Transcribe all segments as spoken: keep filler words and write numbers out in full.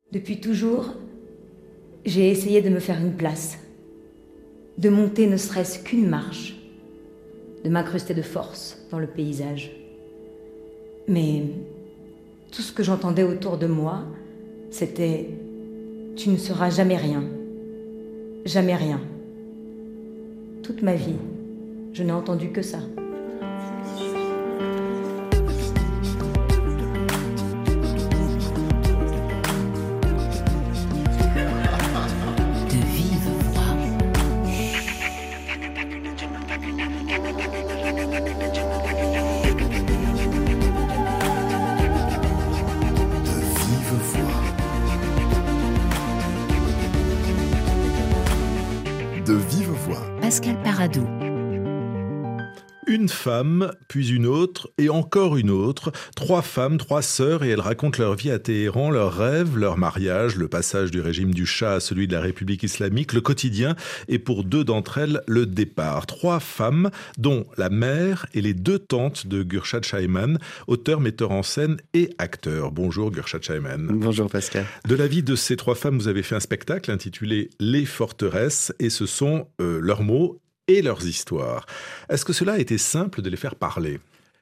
Depuis toujours, j'ai essayé de me faire une place, de monter ne serait-ce qu'une marche, de m'incruster de force dans le paysage. Mais tout ce que j'entendais autour de moi, c'était « Tu ne seras jamais rien, jamais rien ». Toute ma vie, je n'ai entendu que ça. De vive voix. Pascal Paradou. Une femme, puis une autre, et encore une autre. Trois femmes, trois sœurs, et elles racontent leur vie à Téhéran, leurs rêves, leur mariage, le passage du régime du Shah à celui de la République islamique, le quotidien, et pour deux d'entre elles, le départ. Trois femmes, dont la mère et les deux tantes de Gürshad Chayman, auteur, metteur en scène et acteur. Bonjour Gürshad Chayman. Bonjour Pascal. De la vie de ces trois femmes, vous avez fait un spectacle intitulé « Les forteresses », et ce sont euh, leurs mots et leurs histoires. Est-ce que cela a été simple de les faire parler ?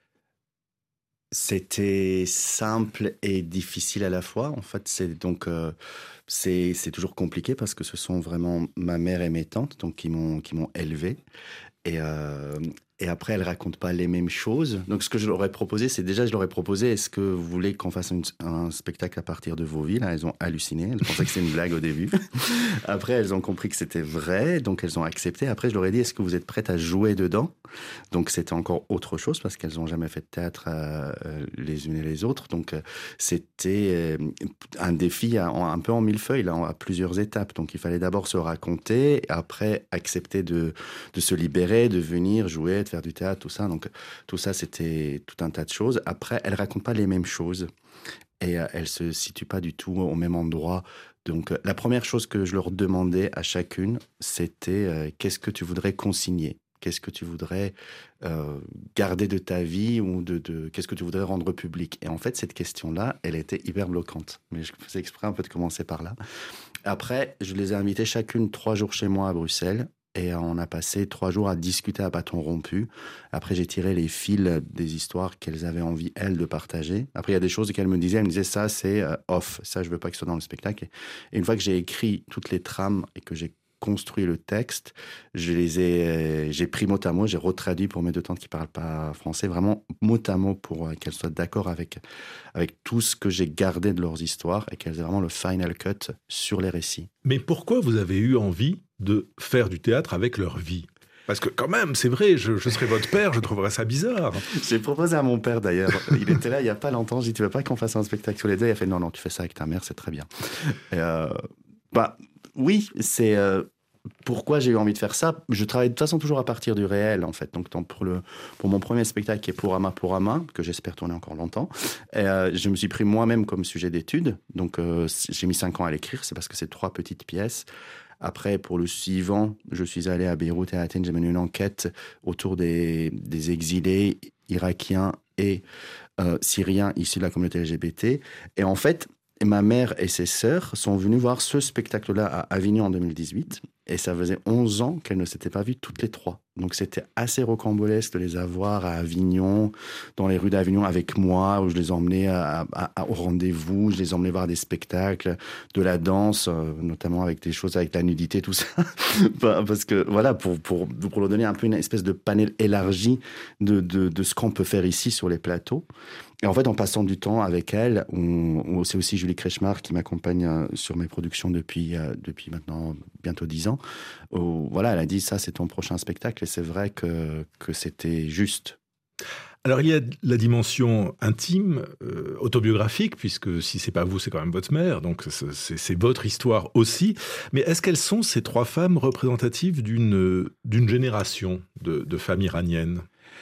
C'était simple et difficile à la fois. En fait, c'est donc euh, c'est c'est toujours compliqué parce que ce sont vraiment ma mère et mes tantes donc qui m'ont qui m'ont élevé. Et, euh, et après, elles ne racontent pas les mêmes choses. Donc, ce que je leur ai proposé, c'est déjà, je leur ai proposé, est-ce que vous voulez qu'on fasse une, un spectacle à partir de vos villes ? Elles ont halluciné. Elles pensaient que c'était une blague au début. Après, elles ont compris que c'était vrai. Donc, elles ont accepté. Après, je leur ai dit, est-ce que vous êtes prêtes à jouer dedans ? Donc, c'était encore autre chose parce qu'elles n'ont jamais fait de théâtre euh, les unes et les autres. Donc, euh, c'était euh, un défi à, un peu en millefeuille, là, à plusieurs étapes. Donc, il fallait d'abord se raconter, après accepter de, de se libérer, de venir jouer, de faire du théâtre, tout ça. Donc, tout ça, c'était tout un tas de choses. Après, elles ne racontent pas les mêmes choses et euh, elles ne se situent pas du tout au même endroit. Donc, euh, la première chose que je leur demandais à chacune, c'était euh, qu'est-ce que tu voudrais consigner ? Qu'est-ce que tu voudrais euh, garder de ta vie ou de, de, qu'est-ce que tu voudrais rendre public ? Et en fait, cette question-là, elle était hyper bloquante. Mais je faisais exprès un peu de commencer par là. Après, je les ai invitées chacune trois jours chez moi à Bruxelles. Et on a passé trois jours à discuter à bâton rompu. Après, j'ai tiré les fils des histoires qu'elles avaient envie, elles, de partager. Après, il y a des choses qu'elles me disaient. Elles me disaient, ça, c'est euh, off. Ça, je veux pas que ce soit dans le spectacle. Et une fois que j'ai écrit toutes les trames et que j'ai construit le texte, je les ai, euh, j'ai pris mot à mot, j'ai retraduit pour mes deux tantes qui parlent pas français, vraiment mot à mot pour euh, qu'elles soient d'accord avec, avec tout ce que j'ai gardé de leurs histoires et qu'elles aient vraiment le final cut sur les récits. Mais pourquoi vous avez eu envie de faire du théâtre avec leur vie ? Parce que quand même, c'est vrai, je, je serais votre père, je trouverais ça bizarre. J'ai proposé à mon père d'ailleurs, il était là il n'y a pas longtemps, j'ai dit tu veux pas qu'on fasse un spectacle tous les deux ? Il a fait non, non, tu fais ça avec ta mère, c'est très bien. Et euh, bah oui, c'est... Euh, Pourquoi j'ai eu envie de faire ça ? Je travaille de toute façon toujours à partir du réel, en fait. Donc, pour, le, pour mon premier spectacle, qui est Pour Ama, Pour Ama, que j'espère tourner encore longtemps, et, euh, je me suis pris moi-même comme sujet d'étude. Donc, euh, j'ai mis cinq ans à l'écrire. C'est parce que c'est trois petites pièces. Après, pour le suivant, je suis allé à Beyrouth et à Athènes. J'ai mené une enquête autour des, des exilés irakiens et euh, syriens issus de la communauté L G B T. Et en fait, ma mère et ses sœurs sont venues voir ce spectacle-là à Avignon en deux mille dix-huit. Et ça faisait onze ans qu'elles ne s'étaient pas vues toutes les trois. Donc c'était assez rocambolesque de les avoir à Avignon, dans les rues d'Avignon avec moi, où je les emmenais à, à, à, au rendez-vous, je les emmenais voir des spectacles, de la danse, euh, notamment avec des choses avec la nudité, tout ça. Parce que voilà, pour, pour, pour leur donner un peu une espèce de panel élargi de, de, de ce qu'on peut faire ici sur les plateaux. Et en fait, en passant du temps avec elle, on, on, c'est aussi Julie Kretschmar qui m'accompagne euh, sur mes productions depuis, euh, depuis maintenant bientôt dix ans. Où, voilà, elle a dit, ça, c'est ton prochain spectacle. Et c'est vrai que, que c'était juste. Alors, il y a la dimension intime, euh, autobiographique, puisque si c'est pas vous, c'est quand même votre mère, donc c'est, c'est votre histoire aussi. Mais est-ce qu'elles sont, ces trois femmes, représentatives d'une, d'une génération de, de femmes iraniennes ?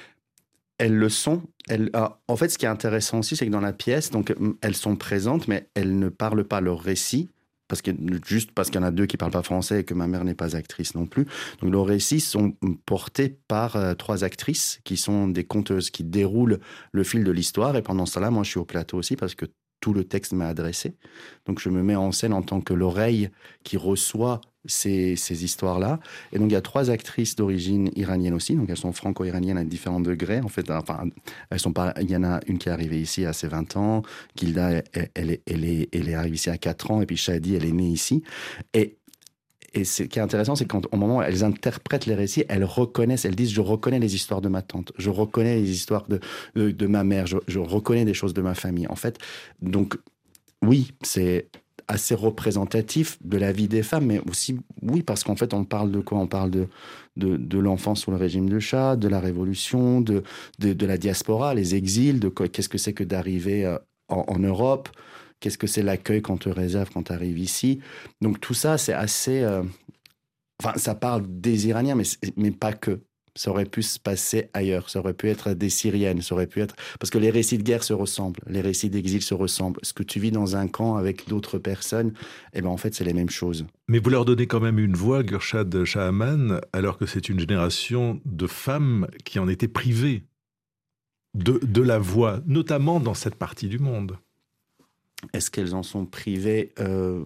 Elles le sont. Elles, ah, en fait, ce qui est intéressant aussi, c'est que dans la pièce, donc, elles sont présentes, mais elles ne parlent pas leur récit. Parce que, juste parce qu'il y en a deux qui ne parlent pas français et que ma mère n'est pas actrice non plus. Donc, leurs récits sont portés par euh, trois actrices qui sont des conteuses, qui déroulent le fil de l'histoire. Et pendant ce temps-là, moi, je suis au plateau aussi parce que tout le texte m'est adressé. Donc, je me mets en scène en tant que l'oreille qui reçoit ces, ces histoires-là. Et donc, il y a trois actrices d'origine iranienne aussi. Donc, elles sont franco-iraniennes à différents degrés. En fait, enfin, elles sont pas, il y en a une qui est arrivée ici à ses vingt ans. Gilda, elle, elle, est, elle, est, elle est arrivée ici à quatre ans. Et puis, Shadi, elle est née ici. Et Et ce qui est intéressant, c'est qu'au moment où elles interprètent les récits, elles reconnaissent, elles disent « je reconnais les histoires de ma tante, je reconnais les histoires de, de, de ma mère, je, je reconnais des choses de ma famille ». En fait, donc oui, c'est assez représentatif de la vie des femmes, mais aussi, oui, parce qu'en fait, on parle de quoi ? On parle de, de, de l'enfance sous le régime de Shah, de la révolution, de, de, de la diaspora, les exils, de quoi, qu'est-ce que c'est que d'arriver en, en Europe ? Qu'est-ce que c'est l'accueil qu'on te réserve quand tu arrives ici ? Donc tout ça, c'est assez... Euh... Enfin, ça parle des Iraniens, mais, mais pas que. Ça aurait pu se passer ailleurs. Ça aurait pu être des Syriennes. Ça aurait pu être... Parce que les récits de guerre se ressemblent. Les récits d'exil se ressemblent. Ce que tu vis dans un camp avec d'autres personnes, eh ben, en fait, c'est les mêmes choses. Mais vous leur donnez quand même une voix, Gurshad Shahaman, alors que c'est une génération de femmes qui en étaient privées de, de la voix, notamment dans cette partie du monde. Est-ce qu'elles en sont privées ? euh...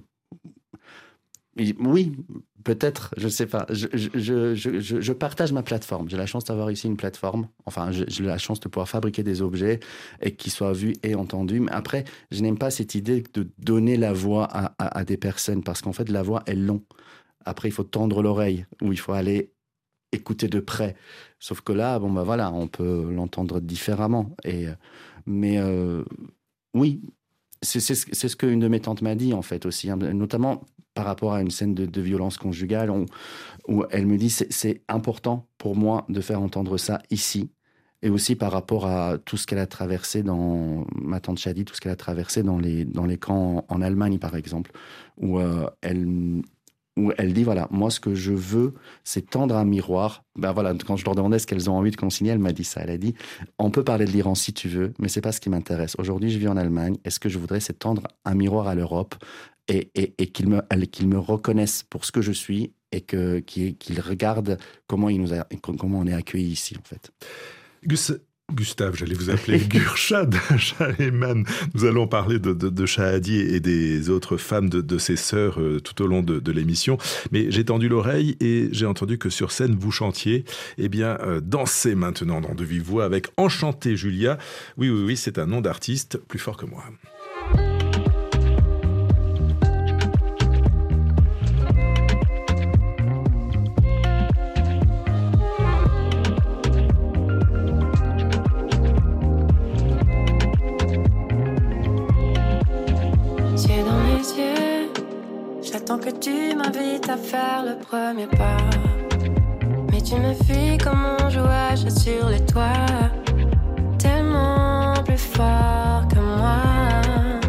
Oui, peut-être, je ne sais pas. Je, je, je, je, je partage ma plateforme. J'ai la chance d'avoir ici une plateforme. Enfin, j'ai la chance de pouvoir fabriquer des objets et qu'ils soient vus et entendus. Mais après, je n'aime pas cette idée de donner la voix à, à, à des personnes parce qu'en fait, la voix est long. Après, il faut tendre l'oreille ou il faut aller écouter de près. Sauf que là, bon, bah voilà, on peut l'entendre différemment. Et, mais euh, oui, c'est, c'est, c'est ce qu'une de mes tantes m'a dit, en fait, aussi, hein, notamment par rapport à une scène de, de violence conjugale, on, où elle me dit c'est, c'est important pour moi de faire entendre ça ici, et aussi par rapport à tout ce qu'elle a traversé dans, ma tante Shadi, tout ce qu'elle a traversé dans les, dans les camps en, en Allemagne, par exemple, où euh, elle... où elle dit, voilà, moi, ce que je veux, c'est tendre un miroir. Ben voilà, quand je leur demandais ce qu'elles ont envie de consigner, elle m'a dit ça. Elle a dit, on peut parler de l'Iran si tu veux, mais c'est pas ce qui m'intéresse. Aujourd'hui, je vis en Allemagne, et ce que je voudrais, c'est tendre un miroir à l'Europe et, et, et qu'ils me, qu'ils me reconnaissent pour ce que je suis et que, qu'ils, qu'ils regardent comment, ils nous a, comment on est accueillis ici, en fait. Gus... Gustave, j'allais vous appeler Gurshad Shahaman. Nous allons parler de, de, de Shahadi et des autres femmes de, de ses sœurs euh, tout au long de, de l'émission. Mais j'ai tendu l'oreille et j'ai entendu que sur scène, vous chantiez, eh bien, euh, dansez maintenant dans De Vive Voix avec Enchantée Julia. Oui, oui, oui, c'est un nom d'artiste plus fort que moi. J'attends que tu m'invites à faire le premier pas. Mais tu me fuis comme on jouage sur les toits, tellement plus fort que moi.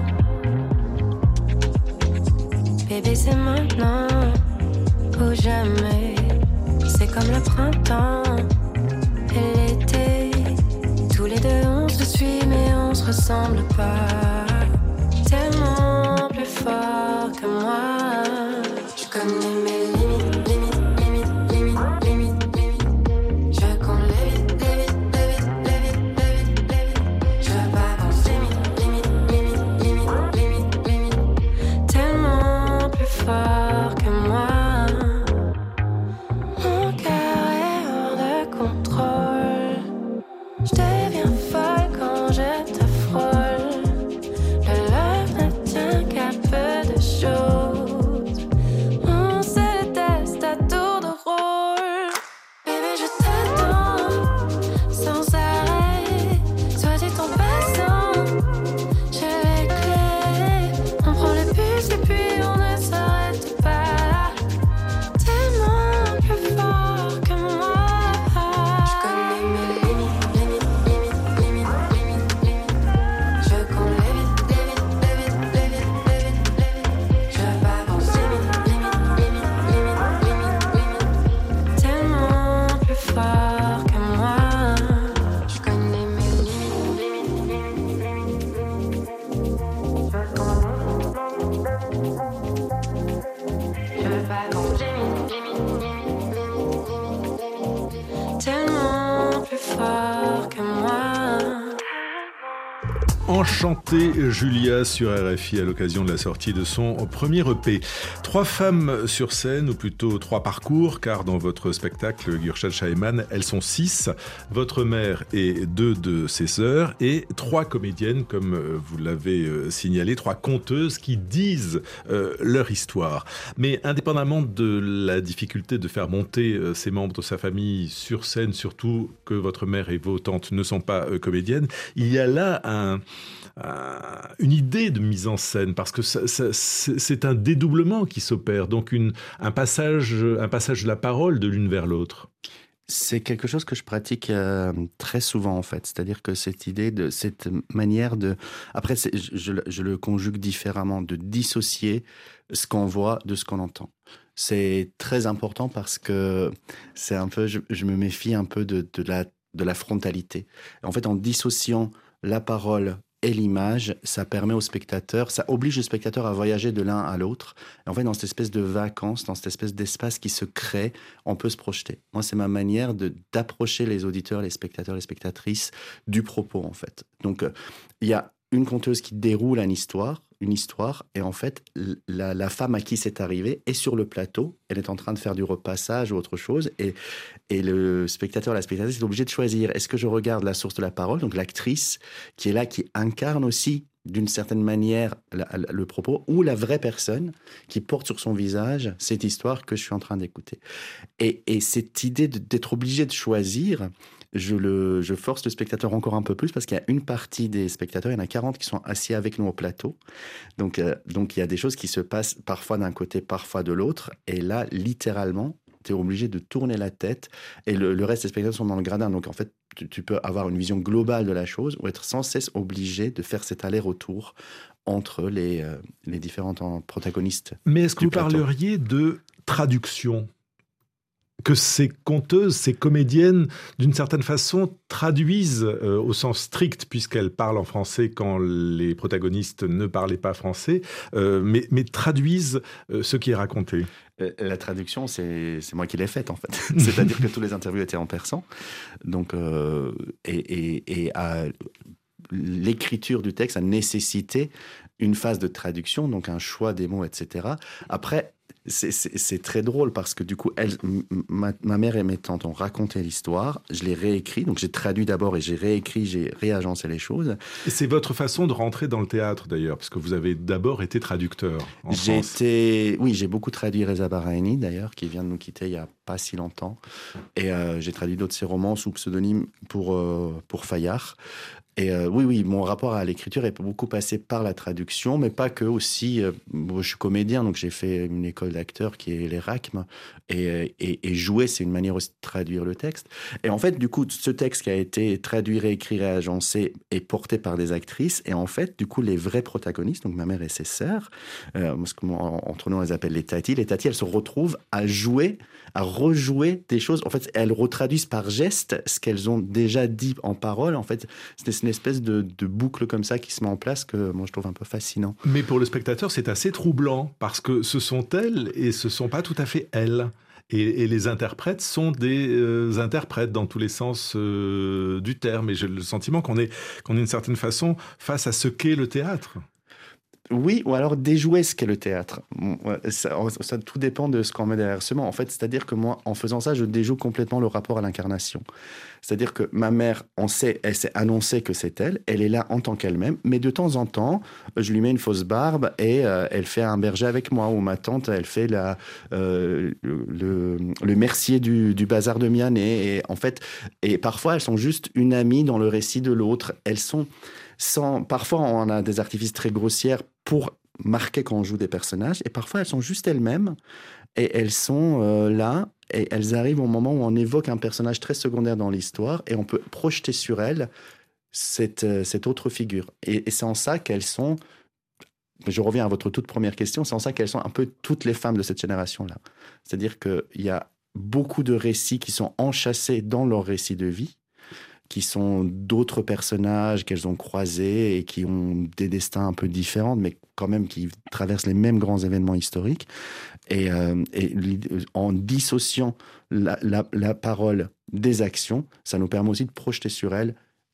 Bébé, c'est maintenant ou jamais. C'est comme le printemps et l'été. Tous les deux on se suit mais on se ressemble pas. Tellement plus fort que moi. Je connais mes limites, limites, limites, limites, limites, limites. Je veux qu'on l'évite, l'évite, l'évite, l'évite, l'évite, l'évite. Je veux pas qu'on s'imite, limite, limite, limite, limite, limite. Tellement plus fort que moi. Mon cœur est hors de contrôle. Je deviens folle quand je te frôle. Le love ne tient qu'à peu de choses. On sait Enchantée Julia sur R F I à l'occasion de la sortie de son premier E P. Trois femmes sur scène, ou plutôt trois parcours, car dans votre spectacle Gürshad Shaheman, elles sont six, votre mère et deux de ses sœurs, et trois comédiennes, comme vous l'avez signalé, trois conteuses qui disent euh, leur histoire. Mais indépendamment de la difficulté de faire monter euh, ces membres de sa famille sur scène, surtout que votre mère et vos tantes ne sont pas euh, comédiennes, il y a là un... une idée de mise en scène, parce que ça, ça, c'est un dédoublement qui s'opère, donc une, un, passage, un passage de la parole de l'une vers l'autre. C'est quelque chose que je pratique euh, très souvent, en fait. C'est-à-dire que cette idée, de cette manière de... Après, c'est, je, je le conjugue différemment, de dissocier ce qu'on voit de ce qu'on entend. C'est très important parce que c'est un peu... Je, je me méfie un peu de, de, la, de la frontalité. En fait, en dissociant la parole et l'image, ça permet au spectateur, ça oblige le spectateur à voyager de l'un à l'autre. Et en fait, dans cette espèce de vacances, dans cette espèce d'espace qui se crée, on peut se projeter. Moi, c'est ma manière de, d'approcher les auditeurs, les spectateurs, les spectatrices du propos, en fait. Donc, il euh, y a une conteuse qui déroule une histoire, une histoire, et en fait, la, la femme à qui c'est arrivé est sur le plateau, elle est en train de faire du repassage ou autre chose, et, et le spectateur, la spectatrice est obligé de choisir. Est-ce que je regarde la source de la parole, donc l'actrice qui est là, qui incarne aussi d'une certaine manière la, la, le propos, ou la vraie personne qui porte sur son visage cette histoire que je suis en train d'écouter. Et, et cette idée de, d'être obligé de choisir, je, le, je force le spectateur encore un peu plus, parce qu'il y a une partie des spectateurs, il y en a quarante qui sont assis avec nous au plateau. Donc, euh, donc il y a des choses qui se passent parfois d'un côté, parfois de l'autre. Et là, littéralement, tu es obligé de tourner la tête, et le, le reste des spectateurs sont dans le gradin. Donc en fait, tu, tu peux avoir une vision globale de la chose, ou être sans cesse obligé de faire cet aller-retour entre les, euh, les différents protagonistes. Mais est-ce que vous plateau. parleriez de traduction ? Que ces conteuses, ces comédiennes, d'une certaine façon, traduisent euh, au sens strict, puisqu'elles parlent en français quand les protagonistes ne parlaient pas français, euh, mais, mais traduisent euh, ce qui est raconté. La traduction, c'est, c'est moi qui l'ai faite, en fait. C'est-à-dire que tous les interviews étaient en persan. Donc, euh, et, et, et à, l'écriture du texte a nécessité une phase de traduction, donc un choix des mots, et cetera. Après, c'est, c'est, c'est très drôle parce que du coup, elle, ma, ma mère et mes tantes ont raconté l'histoire, je l'ai réécrit, donc j'ai traduit d'abord et j'ai réécrit, j'ai réagencé les choses. Et c'est votre façon de rentrer dans le théâtre d'ailleurs, parce que vous avez d'abord été traducteur en j'ai France. Été, oui, j'ai beaucoup traduit Reza Bahraini d'ailleurs, qui vient de nous quitter il y a pas si longtemps, et euh, j'ai traduit d'autres de ses romans sous pseudonyme pour euh, pour Fayard. Et euh, oui, oui, mon rapport à l'écriture est beaucoup passé par la traduction, mais pas que aussi. Euh, je suis comédien, donc j'ai fait une école d'acteur qui est l'Erasme, et, et, et jouer, c'est une manière aussi de traduire le texte. Et en fait, du coup, ce texte qui a été traduit, réécrit, réagencé, est porté par des actrices, et en fait, du coup, les vrais protagonistes, donc ma mère et ses sœurs, euh, parce que moi, entre nous, on les appelle les tatis, les tatis, elles se retrouvent à jouer, à rejouer des choses. En fait, elles retraduisent par geste ce qu'elles ont déjà dit en parole. En fait, c'est une espèce de, de boucle comme ça qui se met en place que moi je trouve un peu fascinant. Mais pour le spectateur, c'est assez troublant parce que ce sont elles et ce sont pas tout à fait elles. Et, et les interprètes sont des euh, interprètes dans tous les sens euh, du terme. Et j'ai le sentiment qu'on est, qu'on est d'une certaine façon face à ce qu'est le théâtre. Oui, ou alors déjouer ce qu'est le théâtre. Ça, ça tout dépend de ce qu'on met derrière ce mot. En fait, c'est-à-dire que moi, en faisant ça, je déjoue complètement le rapport à l'incarnation. C'est-à-dire que ma mère, on sait, elle s'est annoncée que c'est elle, elle est là en tant qu'elle-même, mais de temps en temps, je lui mets une fausse barbe et euh, elle fait un berger avec moi, ou ma tante, elle fait la, euh, le, le mercier du, du bazar de Mianet. Et en fait, et parfois, elles sont juste une amie dans le récit de l'autre. Elles sont sans, parfois, on a des artifices très grossières pour marquer quand on joue des personnages, et parfois, elles sont juste elles-mêmes, et elles sont euh, là, et elles arrivent au moment où on évoque un personnage très secondaire dans l'histoire, et on peut projeter sur elles cette, euh, cette autre figure. Et, et c'est en ça qu'elles sont, je reviens à votre toute première question, c'est en ça qu'elles sont un peu toutes les femmes de cette génération-là. C'est-à-dire qu'il y a beaucoup de récits qui sont enchâssés dans leur récit de vie, qui sont d'autres personnages qu'elles ont croisés et qui ont des destins un peu différents, mais quand même qui traversent les mêmes grands événements historiques. Et, euh, et en dissociant la, la, la parole des actions, ça nous permet aussi de projeter sur elles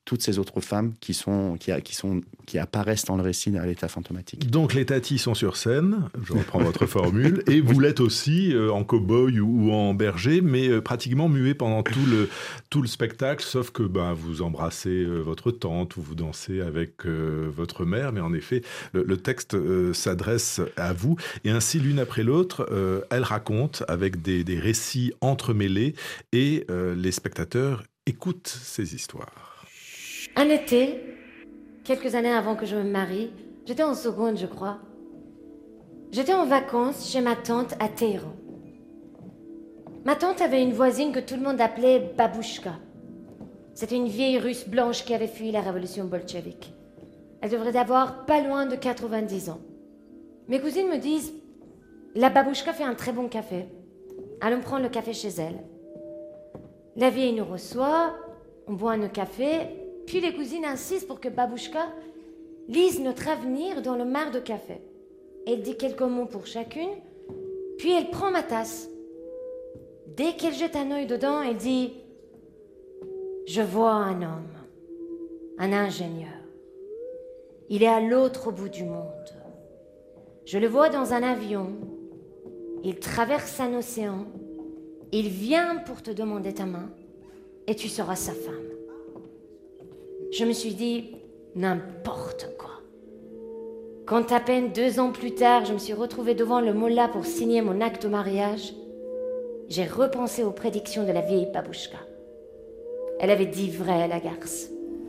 toutes ces autres femmes qui, sont, qui, a, qui, sont, qui apparaissent dans le récit à l'état fantomatique. Donc les tatis sont sur scène, je reprends votre formule, et vous l'êtes aussi euh, en cow-boy ou, ou en berger, mais euh, pratiquement muet pendant tout le, tout le spectacle, sauf que ben, vous embrassez euh, votre tante ou vous dansez avec euh, votre mère, mais en effet, le, le texte euh, s'adresse à vous, et ainsi l'une après l'autre, euh, elle raconte avec des, des récits entremêlés, et euh, les spectateurs écoutent ces histoires. Un été, quelques années avant que je me marie, j'étais en seconde, je crois. J'étais en vacances chez ma tante à Téhéran. Ma tante avait une voisine que tout le monde appelait Babouchka. C'était une vieille russe blanche qui avait fui la révolution bolchevique. Elle devrait avoir pas loin de quatre-vingt-dix ans. Mes cousines me disent « La Babouchka fait un très bon café. Allons prendre le café chez elle. » La vieille nous reçoit, on boit nos cafés... Puis les cousines insistent pour que Babouchka lise notre avenir dans le mar de café. Elle dit quelques mots pour chacune, puis elle prend ma tasse. Dès qu'elle jette un œil dedans, elle dit « Je vois un homme, un ingénieur. Il est à l'autre bout du monde. Je le vois dans un avion. Il traverse un océan. Il vient pour te demander ta main et tu seras sa femme. » Je me suis dit, n'importe quoi. Quand à peine deux ans plus tard, je me suis retrouvée devant le mollah pour signer mon acte de mariage, j'ai repensé aux prédictions de la vieille Babouchka. Elle avait dit vrai à la garce.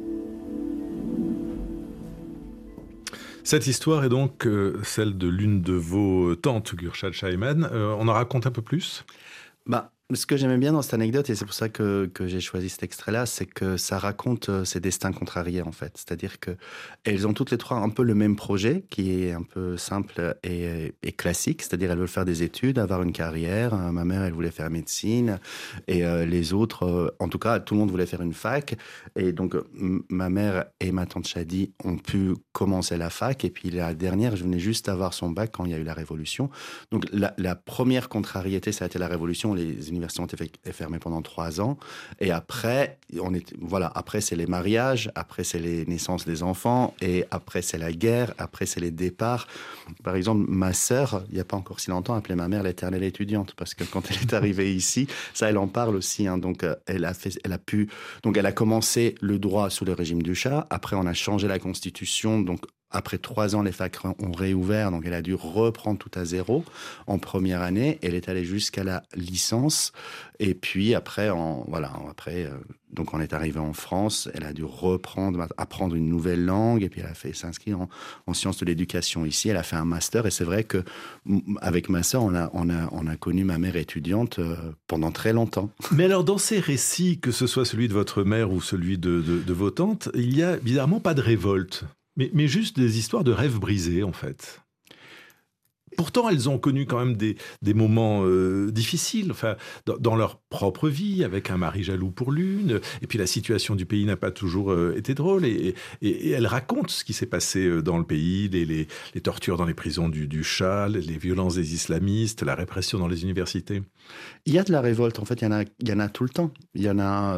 Cette histoire est donc euh, celle de l'une de vos tantes, Gurshad Shaiman. Euh, on en raconte un peu plus ? Bah, ce que j'aimais bien dans cette anecdote, et c'est pour ça que, que j'ai choisi cet extrait-là, c'est que ça raconte euh, ces destins contrariés, en fait. C'est-à-dire qu'elles ont toutes les trois un peu le même projet, qui est un peu simple et, et classique. C'est-à-dire elles veulent faire des études, avoir une carrière. Euh, ma mère, elle voulait faire médecine. Et euh, les autres, euh, en tout cas, tout le monde voulait faire une fac. Et donc, m- ma mère et ma tante Shadi ont pu commencer la fac. Et puis la dernière, je venais juste d'avoir son bac quand il y a eu la Révolution. Donc la, la première contrariété, ça a été la Révolution. Les universités ont été fermées pendant trois ans. Et après, on est, voilà, après c'est les mariages, après c'est les naissances des enfants, et après c'est la guerre, après c'est les départs. Par exemple, ma sœur, il n'y a pas encore si longtemps, appelait ma mère l'éternelle étudiante, parce que quand elle est arrivée ici, ça, elle en parle aussi. Hein, donc, elle a fait, elle a pu, donc elle a commencé le droit sous le régime du Shah. Après, on a changé la constitution, donc. Après trois ans, les facs ont réouvert, donc elle a dû reprendre tout à zéro en première année. Elle est allée jusqu'à la licence, et puis après, en, voilà, après, euh, donc on est arrivé en France. Elle a dû reprendre, apprendre une nouvelle langue, et puis elle a fait s'inscrire en, en sciences de l'éducation ici. Elle a fait un master, et c'est vrai que avec ma sœur, on a, on a, on a connu ma mère étudiante euh, pendant très longtemps. Mais alors, dans ces récits, que ce soit celui de votre mère ou celui de, de, de vos tantes, il y a bizarrement pas de révolte. Mais, mais juste des histoires de rêves brisés, en fait. Pourtant, elles ont connu quand même des, des moments euh, difficiles, enfin, dans, dans leur propre vie, avec un mari jaloux pour l'une. Et puis la situation du pays n'a pas toujours euh, été drôle. Et, et, et elles racontent ce qui s'est passé dans le pays, les, les, les tortures dans les prisons du, du Shah, les violences des islamistes, la répression dans les universités. Il y a de la révolte, en fait, il y en a, il y en a tout le temps. Il y en a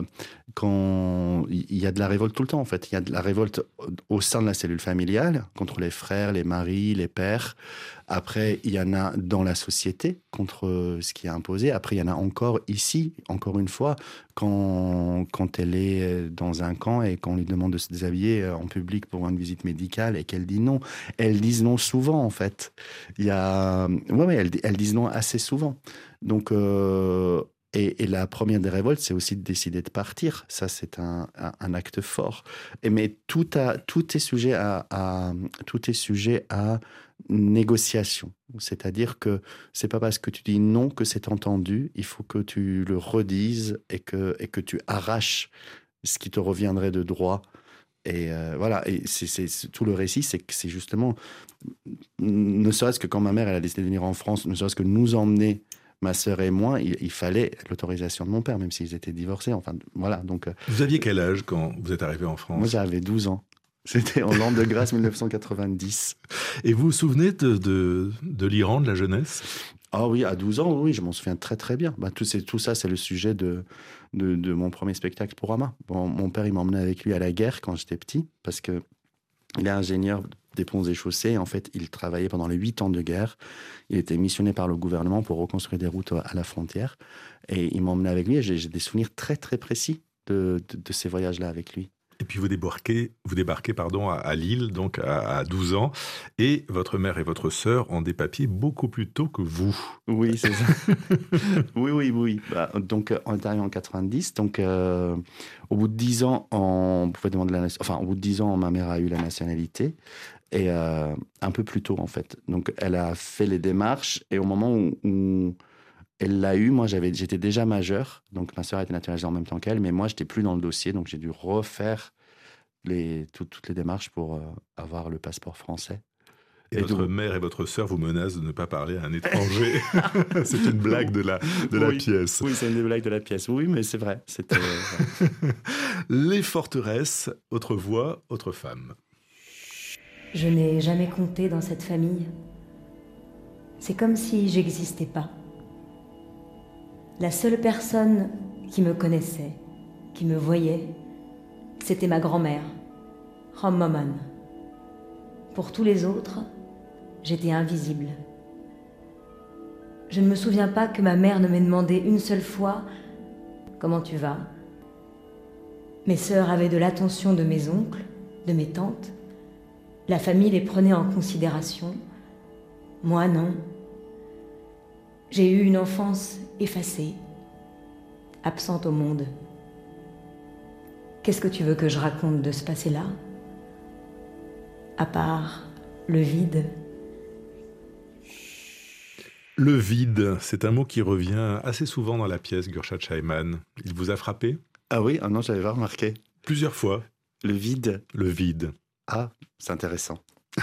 quand il y a de la révolte tout le temps, en fait. Il y a de la révolte au sein de la cellule familiale contre les frères, les maris, les pères. Après, il y en a dans la société contre ce qui est imposé. Après, il y en a encore ici, encore une fois, quand, quand elle est dans un camp et qu'on lui demande de se déshabiller en public pour une visite médicale et qu'elle dit non. Elles disent non souvent, en fait. Il y a... Ouais, ouais, elles, elles disent non assez souvent. Donc... Euh... Et, et la première des révoltes, c'est aussi de décider de partir. Ça, c'est un, un, un acte fort. Et, mais tout, a, tout, est sujet à, à, tout est sujet à négociation. C'est-à-dire que c'est pas parce que tu dis non que c'est entendu. Il faut que tu le redises et que, et que tu arraches ce qui te reviendrait de droit. Et euh, voilà, et c'est, c'est, c'est, tout le récit, c'est que c'est justement, ne serait-ce que quand ma mère elle a décidé de venir en France, ne serait-ce que nous emmener, ma sœur et moi, il, il fallait l'autorisation de mon père, même s'ils étaient divorcés. Enfin, voilà. Donc, vous aviez quel âge quand vous êtes arrivé en France ? Moi, j'avais douze ans. C'était en l'an de grâce mille neuf cent quatre-vingt-dix. Et vous vous souvenez de, de, de l'Iran, de la jeunesse ? Ah oui, à douze ans, oui, je m'en souviens très très bien. Bah, tout, c'est, tout ça, c'est le sujet de, de, de mon premier spectacle pour Ama. Bon, mon père, il m'emmenait avec lui à la guerre quand j'étais petit, parce qu'il est ingénieur des ponts et chaussées. En fait, il travaillait pendant les huit ans de guerre. Il était missionné par le gouvernement pour reconstruire des routes à la frontière. Et il m'emmenait avec lui et j'ai, j'ai des souvenirs très très précis de, de, de ces voyages-là avec lui. Et puis vous débarquez, vous débarquez pardon, à, à Lille, donc à, à douze ans, et votre mère et votre sœur ont des papiers beaucoup plus tôt que vous. Oui, c'est ça. oui, oui, oui. Bah, donc, on est arrivé en quatre-vingt-dix. Donc, euh, au bout de dix ans, on pouvait demander la nation... Enfin, au bout de dix ans, ma mère a eu la nationalité. Et euh, un peu plus tôt, en fait. Donc, elle a fait les démarches. Et au moment où, où elle l'a eu, moi, j'avais, j'étais déjà majeur. Donc, ma sœur a été naturalisée en même temps qu'elle. Mais moi, je n'étais plus dans le dossier. Donc, j'ai dû refaire les, tout, toutes les démarches pour euh, avoir le passeport français. Et, et votre donc... mère et votre sœur vous menacent de ne pas parler à un étranger. C'est une blague de la, de oui, la pièce. Oui, c'est une blague de la pièce. Oui, mais c'est vrai. C'était, euh... Les forteresses, autre voix, autre femme. Je n'ai jamais compté dans cette famille. C'est comme si j'existais pas. La seule personne qui me connaissait, qui me voyait, c'était ma grand-mère, Maman. Pour tous les autres, j'étais invisible. Je ne me souviens pas que ma mère ne m'ait demandé une seule fois « Comment tu vas ?» Mes sœurs avaient de l'attention de mes oncles, de mes tantes. La famille les prenait en considération. Moi, non. J'ai eu une enfance effacée, absente au monde. Qu'est-ce que tu veux que je raconte de ce passé-là ? À part le vide. Le vide, c'est un mot qui revient assez souvent dans la pièce, Gurchat Chayman. Il vous a frappé ? Ah oui, ah non, je l'avais pas remarqué. Plusieurs fois. Le vide. Le vide. Ah, c'est intéressant.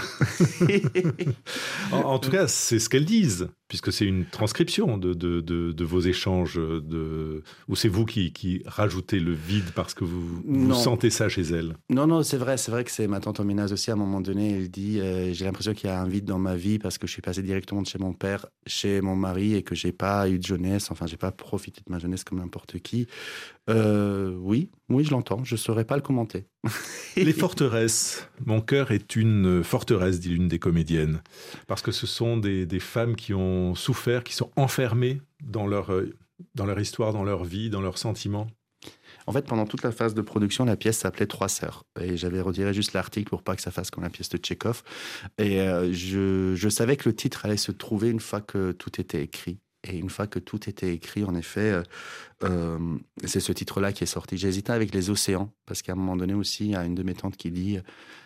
en, en tout cas, c'est ce qu'elles disent, puisque c'est une transcription de, de, de, de vos échanges, de... ou c'est vous qui, qui rajoutez le vide parce que vous, vous sentez ça chez elles. Non, non, c'est vrai, c'est vrai que c'est ma tante Oménaz aussi, à un moment donné, elle dit euh, j'ai l'impression qu'il y a un vide dans ma vie parce que je suis passé directement de chez mon père, chez mon mari, et que j'ai pas eu de jeunesse, enfin, j'ai pas profité de ma jeunesse comme n'importe qui. Euh, oui, oui, je l'entends, je saurais pas le commenter. Les forteresses. Mon cœur est une forteresse, dit l'une des comédiennes. Parce que ce sont des, des femmes qui ont souffert, qui sont enfermées dans leur, dans leur histoire, dans leur vie, dans leurs sentiments. En fait, pendant toute la phase de production, la pièce s'appelait Trois sœurs. Et j'avais retiré juste l'article pour pas que ça fasse comme la pièce de Tchekhov. Et euh, je, je savais que le titre allait se trouver une fois que tout était écrit. Et une fois que tout était écrit, en effet, euh, c'est ce titre-là qui est sorti. J'ai hésité avec Les Océans, parce qu'à un moment donné aussi, il y a une de mes tantes qui dit,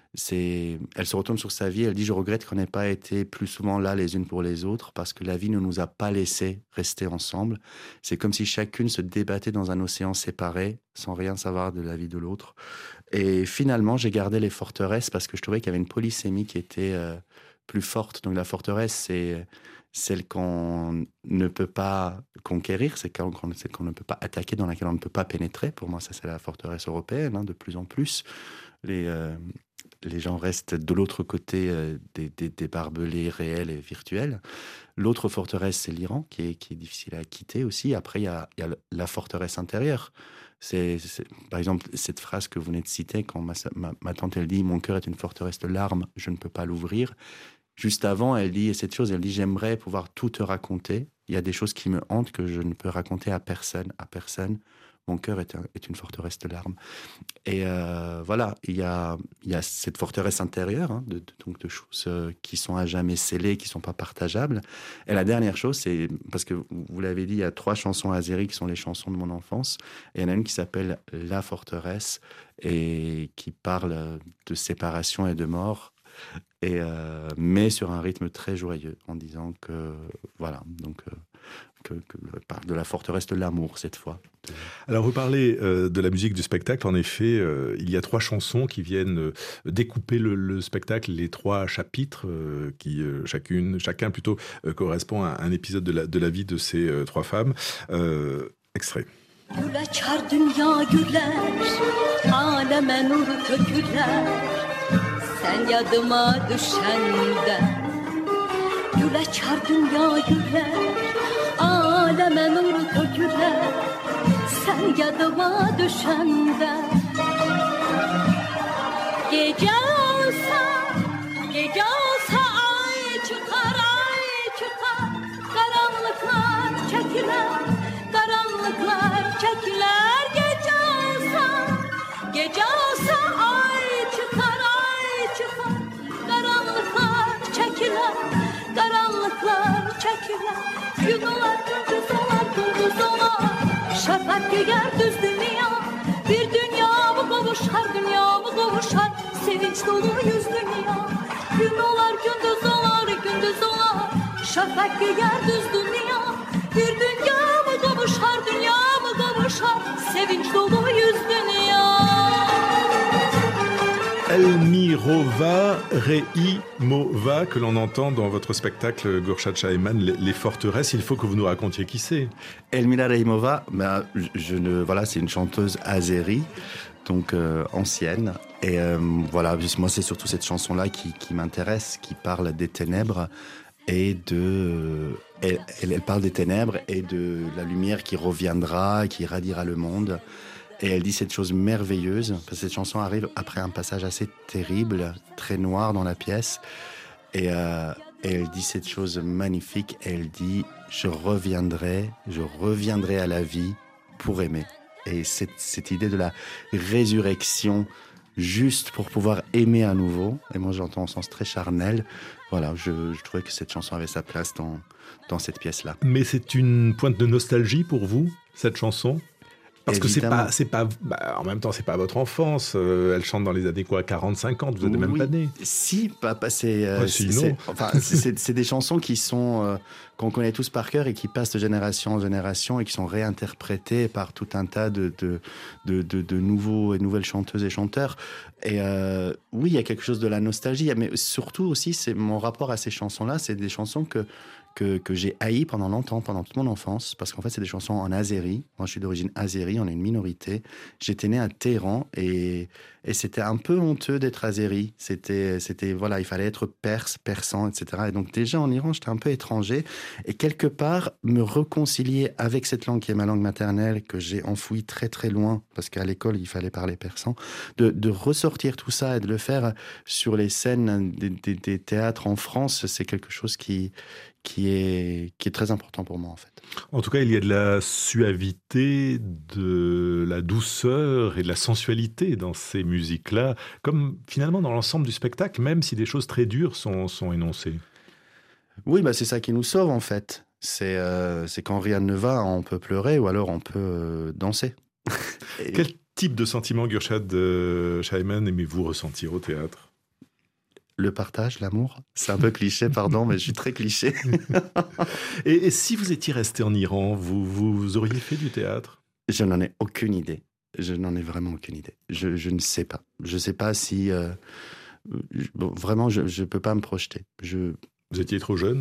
c'est, elle se retourne sur sa vie, elle dit « Je regrette qu'on n'ait pas été plus souvent là les unes pour les autres, parce que la vie ne nous a pas laissé rester ensemble. C'est comme si chacune se débattait dans un océan séparé, sans rien savoir de la vie de l'autre. » Et finalement, j'ai gardé les forteresses, parce que je trouvais qu'il y avait une polysémie qui était euh, plus forte. Donc la forteresse, c'est... celle qu'on ne peut pas conquérir, c'est celle qu'on ne peut pas attaquer, dans laquelle on ne peut pas pénétrer. Pour moi, ça, c'est la forteresse européenne, hein, de plus en plus. Les, euh, les gens restent de l'autre côté euh, des, des, des barbelés réels et virtuels. L'autre forteresse, c'est l'Iran, qui est, qui est difficile à quitter aussi. Après, il y a, il y a la forteresse intérieure. C'est, c'est, par exemple, cette phrase que vous venez de citer, quand ma, ma, ma tante, elle dit « Mon cœur est une forteresse de larmes, je ne peux pas l'ouvrir ». Juste avant, elle dit cette chose, elle dit « J'aimerais pouvoir tout te raconter. Il y a des choses qui me hantent que je ne peux raconter à personne, à personne. Mon cœur est, un, est une forteresse de larmes. » Et euh, voilà, il y a, il y a cette forteresse intérieure, hein, de, de, donc de choses euh, qui sont à jamais scellées, qui ne sont pas partageables. Et la dernière chose, c'est, parce que vous l'avez dit, il y a trois chansons azéries qui sont les chansons de mon enfance. Et il y en a une qui s'appelle « La forteresse » et qui parle de séparation et de mort. Et euh, mais sur un rythme très joyeux, en disant que voilà, donc euh, que, que de la forteresse de l'amour cette fois. Alors vous parlez euh, de la musique du spectacle. En effet, euh, il y a trois chansons qui viennent euh, découper le, le spectacle, les trois chapitres euh, qui euh, chacune, chacun plutôt euh, correspond à un épisode de la de la vie de ces euh, trois femmes. Euh, extrait. Sen yadıma düşende Gül açar dünya güller, aleme nur töküler, sen yadıma düşende. Gece olsa, gece olsa ay çıkar, ay çıkar, karanlıklar çekiler, karanlıklar çekiler. Gece olsa, gece olsa ay çıkar, ay çıkar, karanlıklar çekiler, karanlıklar çekiler. Gün olar, gündüz olar, gündüz olar, şafak giyer düz dünya. Bir dünya mı kavuşar, dünya mı kavuşar, sevinç dolu yüz dünya. Gün olar, gündüz olar, gündüz olar, şafak giyer düz dünya. Bir dünya mı kavuşar, dünya mı kavuşar, sevinç dolu yüz dünya. Elmirova Reimova, que l'on entend dans votre spectacle Gurshad Shaheman, les, les forteresses. Il faut que vous nous racontiez qui c'est. Elmira Reimova, ben, je ne, voilà, c'est une chanteuse azérie, donc euh, ancienne. Et euh, voilà, moi c'est surtout cette chanson-là qui, qui m'intéresse, qui parle des ténèbres et de... Elle, elle, elle parle des ténèbres et de la lumière qui reviendra, qui irradiera le monde. Et elle dit cette chose merveilleuse, parce que cette chanson arrive après un passage assez terrible, très noir dans la pièce. Et, euh, et elle dit cette chose magnifique, elle dit « Je reviendrai, je reviendrai à la vie pour aimer ». Et cette, cette idée de la résurrection juste pour pouvoir aimer à nouveau, et moi j'entends au sens très charnel, voilà, je, je trouvais que cette chanson avait sa place dans, dans cette pièce-là. Mais c'est une pointe de nostalgie pour vous, cette chanson ? Parce Évidemment. que c'est pas, c'est pas, bah, en même temps, c'est pas votre enfance. Euh, elle chante dans les années quoi, quarante, cinquante. Vous êtes oui, même pas né. Si, pas, pas c'est, euh, ouais, c'est, c'est, enfin, c'est, c'est des chansons qui sont euh, qu'on connaît tous par cœur et qui passent de génération en génération et qui sont réinterprétées par tout un tas de de de, de, de nouveaux et nouvelles chanteuses et chanteurs. Et euh, oui, il y a quelque chose de la nostalgie, mais surtout aussi, c'est mon rapport à ces chansons-là. C'est des chansons que Que, que j'ai haï pendant longtemps, pendant toute mon enfance, parce qu'en fait, c'est des chansons en azéri. Moi, je suis d'origine azéri, on est une minorité. J'étais né à Téhéran et, et c'était un peu honteux d'être azéri. C'était, c'était, voilà, il fallait être perse, persan, et cetera. Et donc, déjà, en Iran, j'étais un peu étranger. Et quelque part, me réconcilier avec cette langue qui est ma langue maternelle, que j'ai enfouie très, très loin, parce qu'à l'école, il fallait parler persan, de, de ressortir tout ça et de le faire sur les scènes des, des, des théâtres en France, c'est quelque chose qui... Qui est, qui est très important pour moi, en fait. En tout cas, il y a de la suavité, de la douceur et de la sensualité dans ces musiques-là, comme finalement dans l'ensemble du spectacle, même si des choses très dures sont, sont énoncées. Oui, bah c'est ça qui nous sauve, en fait. C'est, euh, c'est quand rien ne va, on peut pleurer ou alors on peut euh, danser. Et... Quel type de sentiment, Gurshad euh, Shaheman, aimez-vous ressentir au théâtre ? Le partage, l'amour. C'est un peu cliché, pardon, mais je suis très cliché. et, et si vous étiez resté en Iran, vous, vous auriez fait du théâtre ? Je n'en ai aucune idée. Je n'en ai vraiment aucune idée. Je, je ne sais pas. Je ne sais pas si... Euh, je, bon, vraiment, je ne peux pas me projeter. Je... Vous étiez trop jeune ?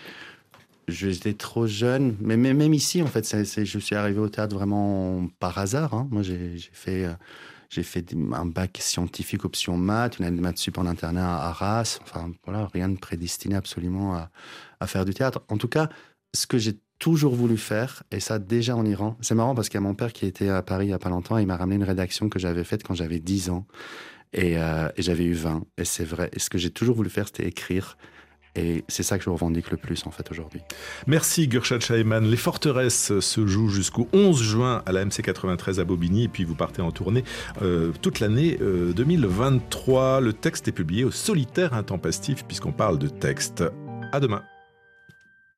J'étais trop jeune. Mais, mais même ici, en fait, c'est, c'est, je suis arrivé au théâtre vraiment par hasard. Hein. Moi, j'ai, j'ai fait... Euh, J'ai fait un bac scientifique option maths, une année de maths sup en internat à Arras. Enfin, voilà, rien de prédestiné absolument à, à faire du théâtre. En tout cas, ce que j'ai toujours voulu faire, et ça déjà en Iran, c'est marrant parce qu'il y a mon père qui était à Paris il n'y a pas longtemps, et il m'a ramené une rédaction que j'avais faite quand j'avais dix ans. Et, euh, et j'avais eu vingt. Et c'est vrai. Et ce que j'ai toujours voulu faire, c'était écrire. Et c'est ça que je revendique le plus, en fait, aujourd'hui. Merci, Gurshad Shaheman. Les Forteresses se jouent jusqu'au onze juin à la M C quatre-vingt-treize à Bobigny. Et puis, vous partez en tournée euh, toute l'année euh, deux mille vingt-trois. Le texte est publié au Solitaire Intempestif, puisqu'on parle de texte. À demain.